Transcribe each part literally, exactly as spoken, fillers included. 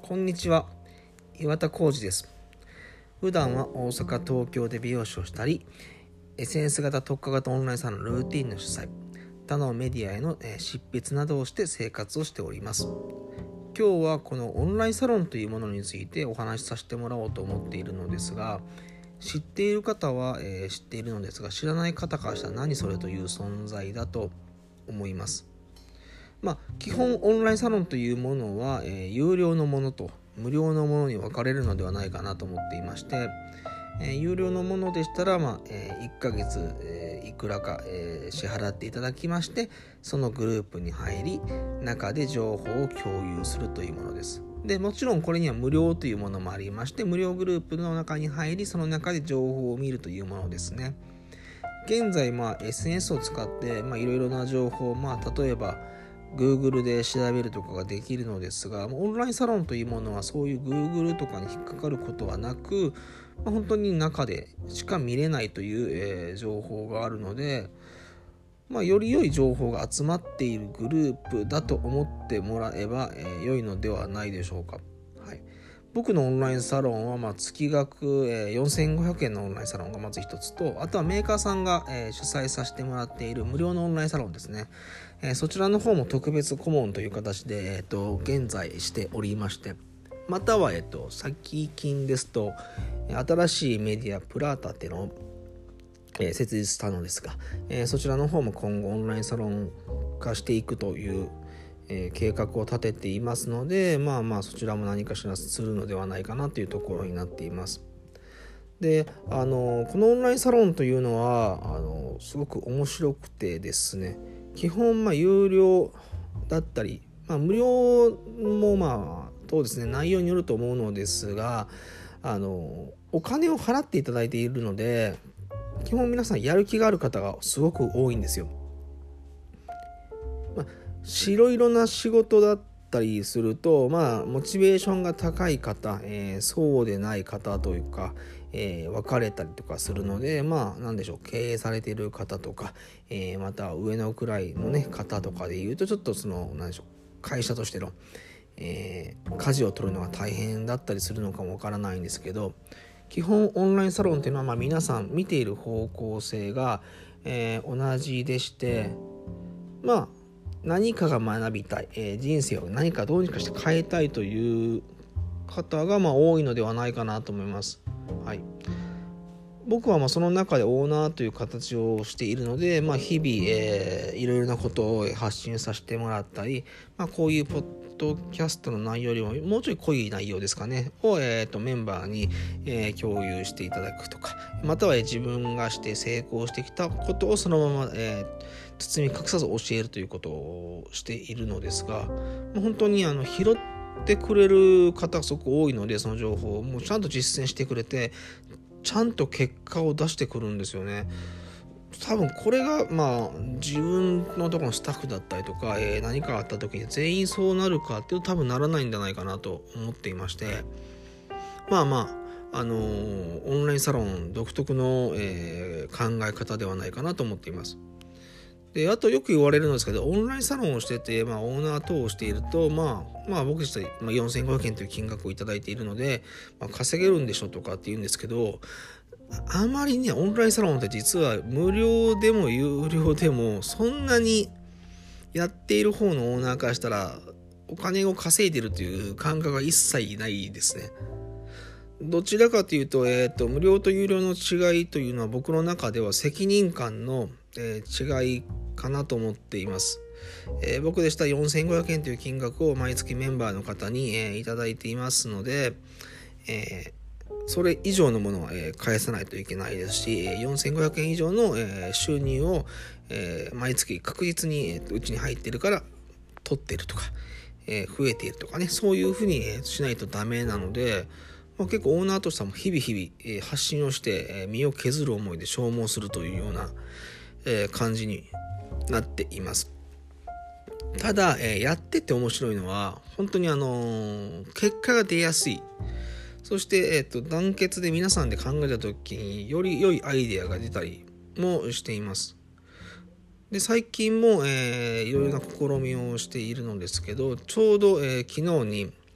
こんにちは、岩田浩二です。普段は大阪、東京で美容師をしたり、エスエヌエス 型特化型オンラインサロンルーティンの主催、他のメディアへの執筆などをして生活をしております。今日はこのオンラインサロンというものについてお話しさせてもらおうと思っているのですが、知っている方は、えー、知っているのですが、知らない方からしたら何それという存在だと思います。まあ、基本オンラインサロンというものは、えー、有料のものと無料のものに分かれるのではないかなと思っていまして、えー、有料のものでしたら、まあえー、いっかげつ、えー、いくらか、えー、支払っていただきまして、そのグループに入り、中で情報を共有するというものです。でもちろんこれには無料というものもありまして、無料グループの中に入り、その中で情報を見るというものですね。現在、まあ、エスエヌエス を使って、まあ、いろいろな情報、まあ、例えばGoogle で調べるとかができるのですが、オンラインサロンというものはそういう Google とかに引っかかることはなく、まあ、本当に中でしか見れないという、えー、情報があるので、まあ、より良い情報が集まっているグループだと思ってもらえば、えー、良いのではないでしょうか。はい、僕のオンラインサロンは、まあ、月額、えー、よんせんごひゃくえんのオンラインサロンがまず一つと、あとはメーカーさんが、えー、主催させてもらっている無料のオンラインサロンですね。えー、そちらの方も特別顧問という形で、えー、と現在しておりまして、または、えー、と最近ですと新しいメディアプラータっていうのを、えー、設立したのですが、えー、そちらの方も今後オンラインサロン化していくという、えー、計画を立てていますので、まあまあそちらも何かしらするのではないかなというところになっています。で、あのこのオンラインサロンというのはあのすごく面白くてですね、基本まあ有料だったり、まあ、無料もまあそうですね、内容によると思うのですが、あのお金を払っていただいているので、基本皆さんやる気がある方がすごく多いんですよ。まあ、いろいろな仕事だったりすると、まあモチベーションが高い方、えー、そうでない方というか、えー、分かれたりとかするので、まあなんでしょう、経営されている方とか、えー、また上の位のね方とかでいうと、ちょっとそのなんでしょう、会社としての、えー、舵を取るのが大変だったりするのかもわからないんですけど、基本オンラインサロンっていうのは、まあ皆さん見ている方向性が、えー、同じでして、まあ何かが学びたい、えー、人生を何かどうにかして変えたいという方がまあ多いのではないかなと思います。はい、僕はまあその中でオーナーという形をしているので、まあ、日々、えー、いろいろなことを発信させてもらったり、まあ、こういうポッドキャストの内容よりももうちょい濃い内容ですかねを、えー、とメンバーに、えー、共有していただくとか、または自分がして成功してきたことをそのまま、えー、包み隠さず教えるということをしているのですが、本当にあの拾ってくれる方がすごく多いので、その情報をもうちゃんと実践してくれて、ちゃんと結果を出してくるんですよね。多分これがまあ自分のところのスタッフだったりとか、えー、何かあった時に全員そうなるかっていうと多分ならないんじゃないかなと思っていまして、まあまああのー、オンラインサロン独特の、えー、考え方ではないかなと思っています。で、あとよく言われるんですけど、オンラインサロンをしてて、まあ、オーナー等をしていると、まあ、まあ僕自体、まあ、よんせんごひゃくえんという金額をいただいているので、まあ、稼げるんでしょとかって言うんですけど、あまりね、オンラインサロンって実は無料でも有料でもそんなにやっている方のオーナーからしたらお金を稼いでるという感覚が一切ないですね。どちらかというと、えーと、無料と有料の違いというのは僕の中では責任感の、えー、違いかなと思っています。えー、僕でしたらよんせんごひゃくえんという金額を毎月メンバーの方に、えー、いただいていますので、えーそれ以上のものは、えー、返さないといけないですし、よんせんごひゃくえん以上の、えー、収入を、えー、毎月確実に、えー、うちに入っているから取っているとか、えー、増えているとかね、そういうふうに、えー、しないとダメなので、まあ、結構オーナーとしては日々日々、えー、発信をして、えー、身を削る思いで消耗するというような、えー、感じになっています。ただ、えー、やってて面白いのは本当にあのー、結果が出やすい。そして、えっと、団結で皆さんで考えた時により良いアイデアが出たりもしています。で、最近も、えー、いろいろな試みをしているのですけど、ちょうど、えー、昨日に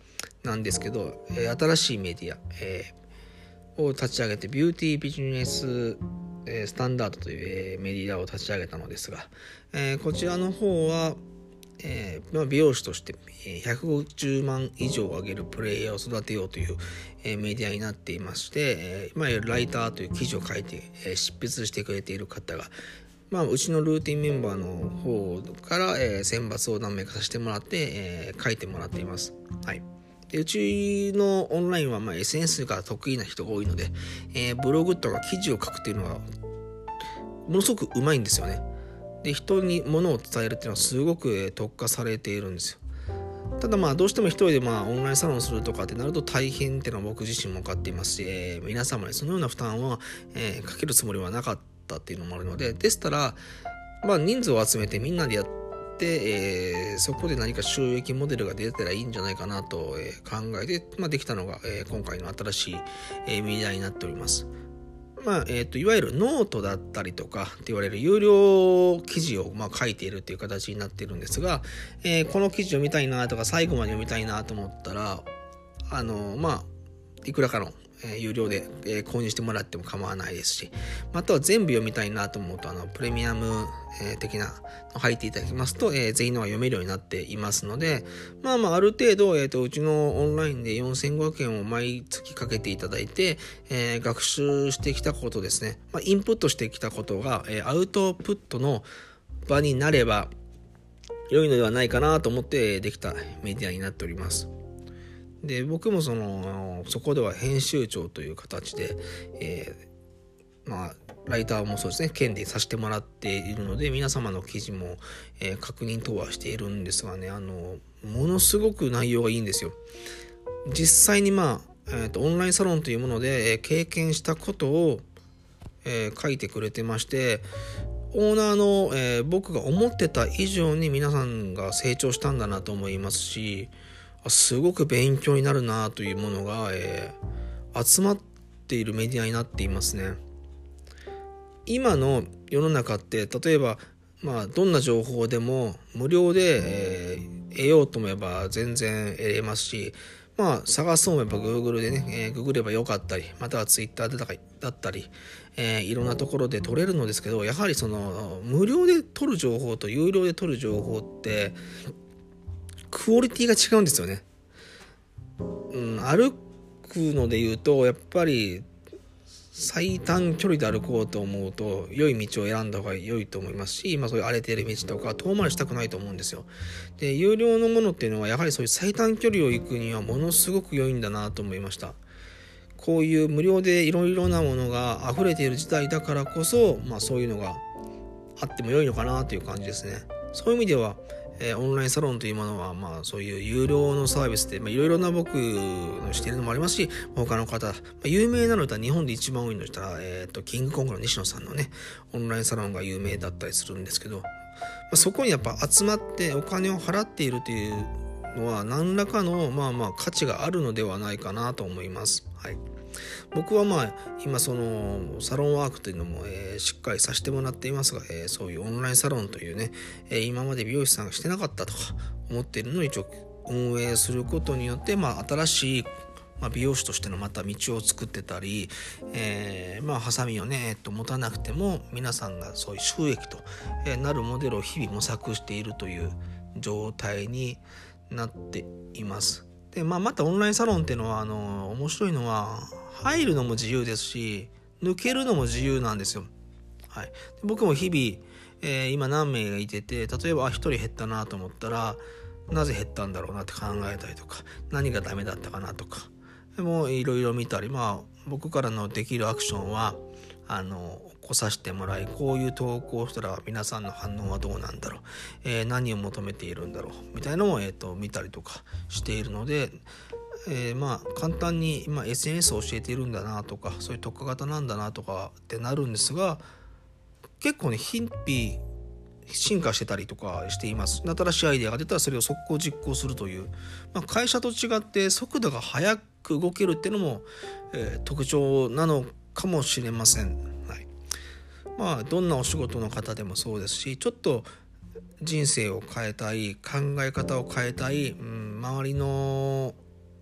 なんですけど、えー、新しいメディア、えー、を立ち上げてビューティービジネススタンダードというメディアを立ち上げたのですが、えー、こちらの方は、えーまあ、美容師としてひゃくごじゅうまん以上を上げるプレイヤーを育てようという、えー、メディアになっていまして、えーまあ、ライターという記事を書いて、えー、執筆してくれている方が、まあ、うちのルーティンメンバーの方から、えー、選抜を何名かさせてもらって、えー、書いてもらっています。はい。でうちのオンラインは、まあ、エスエヌエス が得意な人が多いので、えー、ブログとか記事を書くっていうのはものすごくうまいんですよね。で人に物を伝えるっていうのはすごく特化されているんですよ。ただまあどうしても一人でまあオンラインサロンするとかってなると大変っていうのは僕自身も分かっていますし、えー、皆様にそのような負担を、えー、かけるつもりはなかったっていうのもあるので、でしたらまあ人数を集めてみんなでやって、えー、そこで何か収益モデルが出たらいいんじゃないかなと、えー、考えて、まあ、できたのが、えー、今回の新しい、えー、メディアになっております。まあえー、といわゆるノートだったりとかって言われる有料記事をまあ書いているっていう形になっているんですが、えー、この記事を見たいなとか最後まで読みたいなと思ったらあのまあいくらかのえー、有料で、えー、購入してもらっても構わないですし、または全部読みたいなと思うとあのプレミアム、えー、的なの入っていただきますと、えー、全員のが読めるようになっていますので、まあまあある程度、えー、とうちのオンラインでよんせんごひゃくえんを毎月かけていただいて、えー、学習してきたことですね、まあ、インプットしてきたことが、えー、アウトプットの場になれば良いのではないかなと思ってできたメディアになっております。で僕もそのそこでは編集長という形で、えー、まあライターもそうですね兼でさせてもらっているので皆様の記事も、えー、確認等はしているんですがね、あのものすごく内容がいいんですよ。実際にまあ、えーと、オンラインサロンというもので、えー、経験したことを、えー、書いてくれてまして、オーナーの、えー、僕が思ってた以上に皆さんが成長したんだなと思いますし、すごく勉強になるなというものが、えー、集まっているメディアになっていますね。今の世の中って例えば、まあ、どんな情報でも無料で、えー、得ようと思えば全然得れますし、まあ、探そうと思えば Google でね、えー、ググればよかったり、または Twitter でだったり、えー、いろんなところで取れるのですけど、やはりその無料で取る情報と有料で取る情報ってクオリティが違うんですよね。うん、歩くので言うとやっぱり最短距離で歩こうと思うと良い道を選んだ方が良いと思いますし、まあ、そういう荒れている道とか遠回りしたくないと思うんですよ。で有料のものっていうのはやはりそういう最短距離を行くにはものすごく良いんだなと思いました。こういう無料でいろいろなものが溢れている時代だからこそ、まあ、そういうのがあっても良いのかなという感じですね。そういう意味ではえー、オンラインサロンというものは、まあ、そういう有料のサービスで、まあ、いろいろな僕のしているのもありますし、他の方、まあ、有名なのでは日本で一番多いのしたら、えーと、キングコングの西野さんのね、オンラインサロンが有名だったりするんですけど、まあ、そこにやっぱ集まってお金を払っているというのは何らかの、まあまあ価値があるのではないかなと思います。はい。僕はまあ今そのサロンワークというのも、えー、しっかりさせてもらっていますが、えー、そういうオンラインサロンというね、えー、今まで美容師さんがしてなかったとか思っているのを一応運営することによって、まあ、新しい、まあ、美容師としてのまた道を作ってたり、えー、まあハサミをね、えっと、持たなくても皆さんがそういう収益となるモデルを日々模索しているという状態になっています。で、まあ、またオンラインサロンっていうのはあの面白いのは入るのも自由ですし抜けるのも自由なんですよ。はい、で僕も日々、えー、今何名がいてて例えばひとり減ったなと思ったらなぜ減ったんだろうなって考えたりとか何がダメだったかなとかでもいろいろ見たり、まあ僕からのできるアクションはあの起こさせてもらいこういう投稿をしたら皆さんの反応はどうなんだろう、えー、何を求めているんだろうみたいなのを、えーと、見たりとかしているので、えー、まあ簡単に、まあ、エスエヌエス を教えているんだなとかそういう特化型なんだなとかってなるんですが結構ね日々進化してたりとかしています。新しいアイデアが出たらそれを速攻実行するという、まあ、会社と違って速度が速く動けるっていうのも、えー、特徴なのかもしれません。はい、まあどんなお仕事の方でもそうですしちょっと人生を変えたい考え方を変えたい、うん、周りの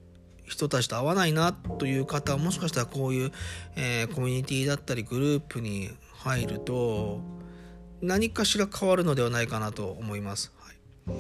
人たちと合わないなという方はもしかしたらこういう、えー、コミュニティだったりグループに入ると何かしら変わるのではないかなと思います。はい、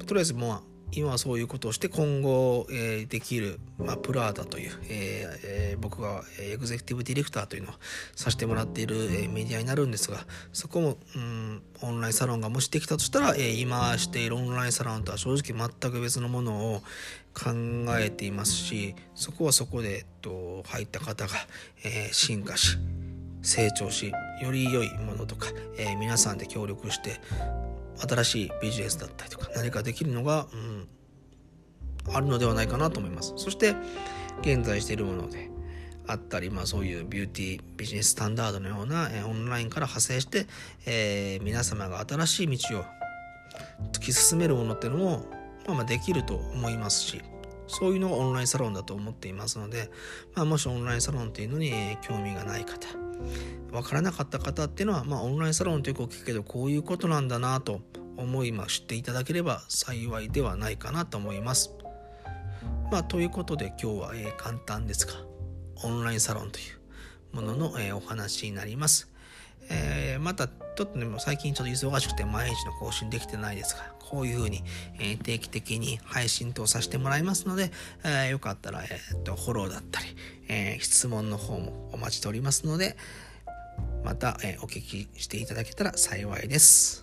とりあえずもう今はそういうことをして今後、えー、できる、まあ、プラーダという、えーえー、僕がエグゼクティブディレクターというのをさせてもらっている、えー、メディアになるんですが、そこも、うん、オンラインサロンがもしできたとしたら、えー、今しているオンラインサロンとは正直全く別のものを考えていますし、そこはそこで、えっと、入った方が、えー、進化し成長しより良いものとか、えー、皆さんで協力して新しいビジネスだったりとか何かできるのが、うん、あるのではないかなと思います。そして現在しているものであったり、まあ、そういうビューティービジネススタンダードのような、えー、オンラインから派生して、えー、皆様が新しい道を突き進めるものっていうのも、まあ、まあできると思いますし、そういうのがオンラインサロンだと思っていますので、まあ、もしオンラインサロンっていうのに、えー、興味がない方、わからなかった方っていうのは、まあ、オンラインサロンとよく聞くけどこういうことなんだなと思い、まあ、知っていただければ幸いではないかなと思います。まあ、ということで今日は、えー、簡単ですがオンラインサロンというものの、えー、お話になります。えー、またちょっとね最近ちょっと忙しくて毎日の更新できてないですが、こういう風に、えー、定期的に配信等させてもらいますので、えー、よかったら、えー、っとフォローだったり、えー、質問の方もお待ちしておりますので、また、えー、お聞きしていただけたら幸いです。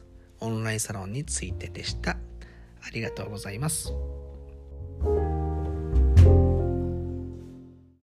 オンラインサロンについてでした。ありがとうございます。